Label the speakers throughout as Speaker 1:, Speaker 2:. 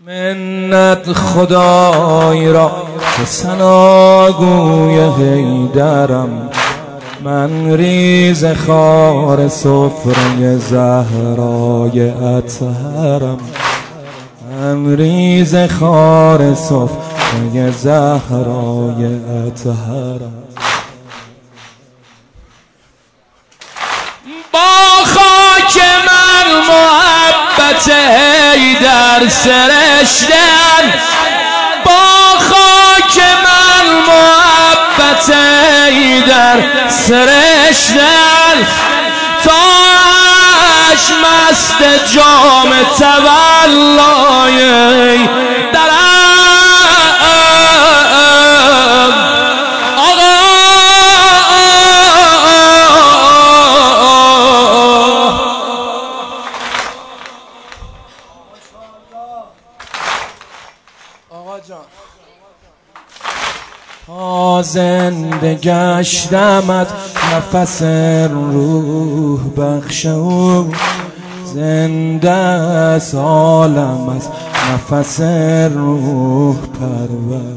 Speaker 1: منت خدای را که ثناگوی حیدرم، من ریز خار سفره زهرای اطهرم، من ریز خار سفره زهرای اطهرم. با خاک من محبت حیدر سرشتن، با خاک من محبت حیدر سرشتن، تاش مست جام تولای درم. تا زنده گشتمت نفس روح بخش او، زنده سالم از نفس روح پرور.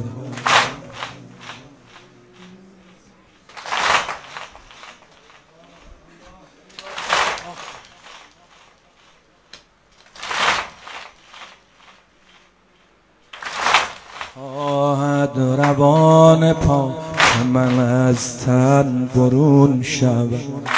Speaker 1: خواهد روان پاک من از تن برون شود،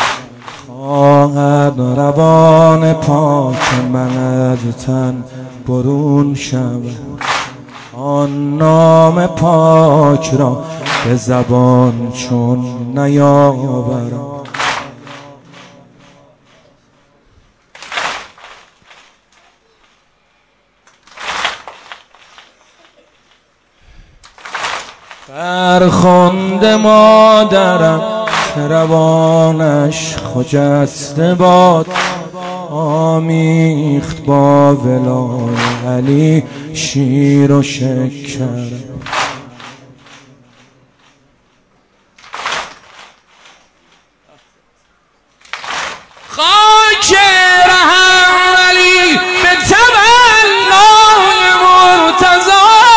Speaker 1: خواهد روان پاک من از تن برون شود، آن نام پاک را به زبان چون نیاورم. فرخنده مادرم که روانش خجسته باد، آمیخت با ولای علی شیر و شکر. خاک رحم علی به تمنای مرتضی،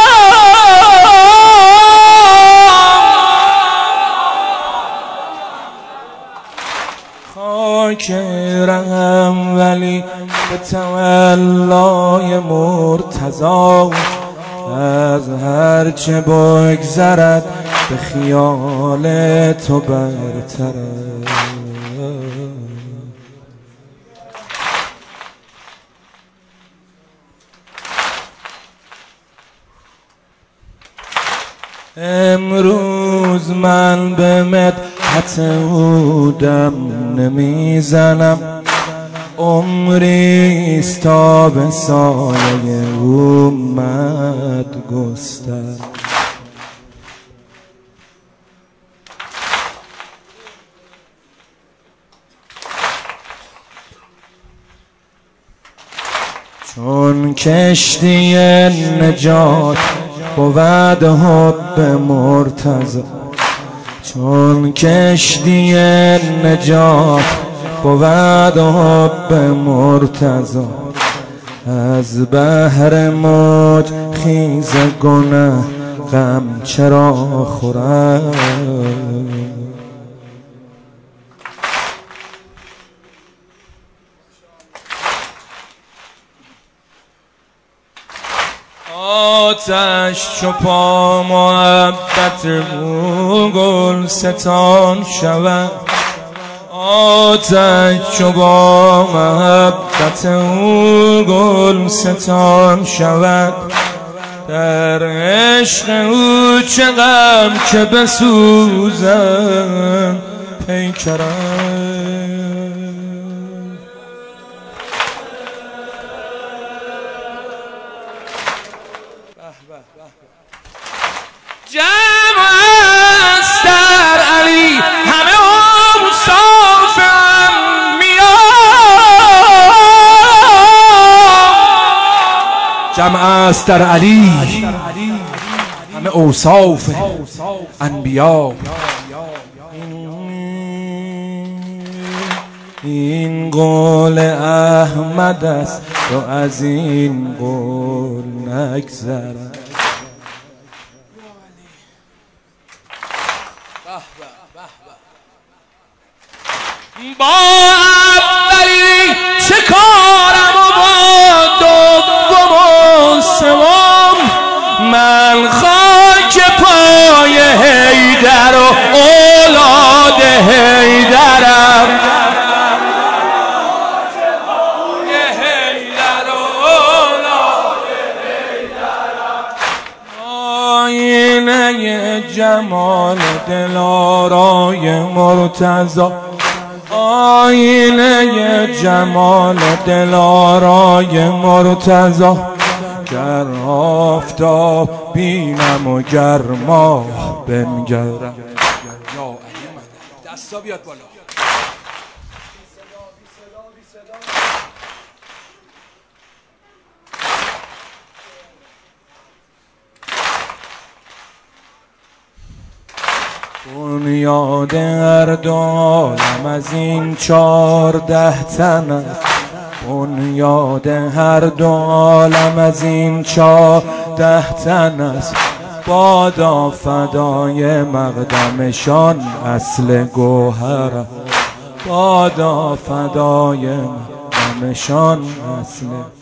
Speaker 1: خاک رحم ولی به تولای مرتضی، از هرچه بگذرد به خیال تو برتره. امروز من به مدحت او دم نمیزنم، عمریست تا به سایه او مد گستر. چون کشتی نجات بود حب مرتضی، چون کشتی نجات بود حب مرتضی، از بحر موج خیز گنه غم چرا خورم. آتش چو پا محبت او گل ستان شود، آتش چو با محبت او گل ستان شود، در عشق او چه غم که بسوزم پیکرم. جمع است در علی همه اوصاف انبیا، جمع است در علی همه اوصاف انبیا. این قول احمد است و از این قول نگذرد. با اولی چه کارم و با دوم و سوم، من خاک پای حیدر و اولاد حیدرم. آینه جمال دلارای مرتضی، آینه جمال دلارای مرتضی، گر آفتاب بینم و گر ماه بنگرم. یا علی من دستا بیاد بالا. بنیاد هر دو عالم از این 14 تن است، بنیاد هر دو عالم از این 14 تن است. بادا فدای مقدمشان اصل گوهر، بادا فدای مقدمشان اصل